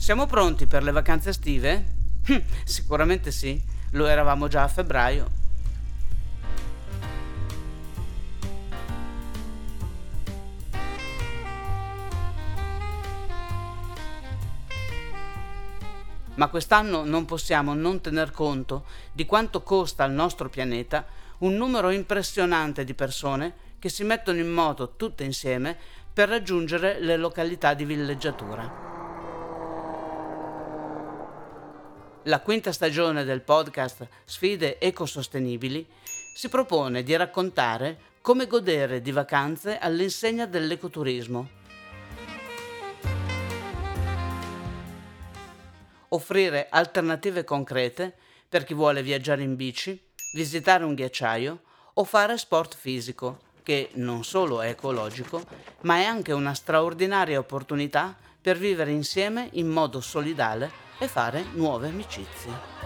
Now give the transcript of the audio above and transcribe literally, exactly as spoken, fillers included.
Siamo pronti per le vacanze estive? Hm, Sicuramente sì, lo eravamo già a febbraio. Ma quest'anno non possiamo non tener conto di quanto costa al nostro pianeta un numero impressionante di persone che si mettono in moto tutte insieme per raggiungere le località di villeggiatura. La quinta stagione del podcast Sfide ecosostenibili si propone di raccontare come godere di vacanze all'insegna dell'ecoturismo, offrire alternative concrete per chi vuole viaggiare in bici, visitare un ghiacciaio o fare sport fisico, che non solo è ecologico, ma è anche una straordinaria opportunità per vivere insieme in modo solidale e fare nuove amicizie.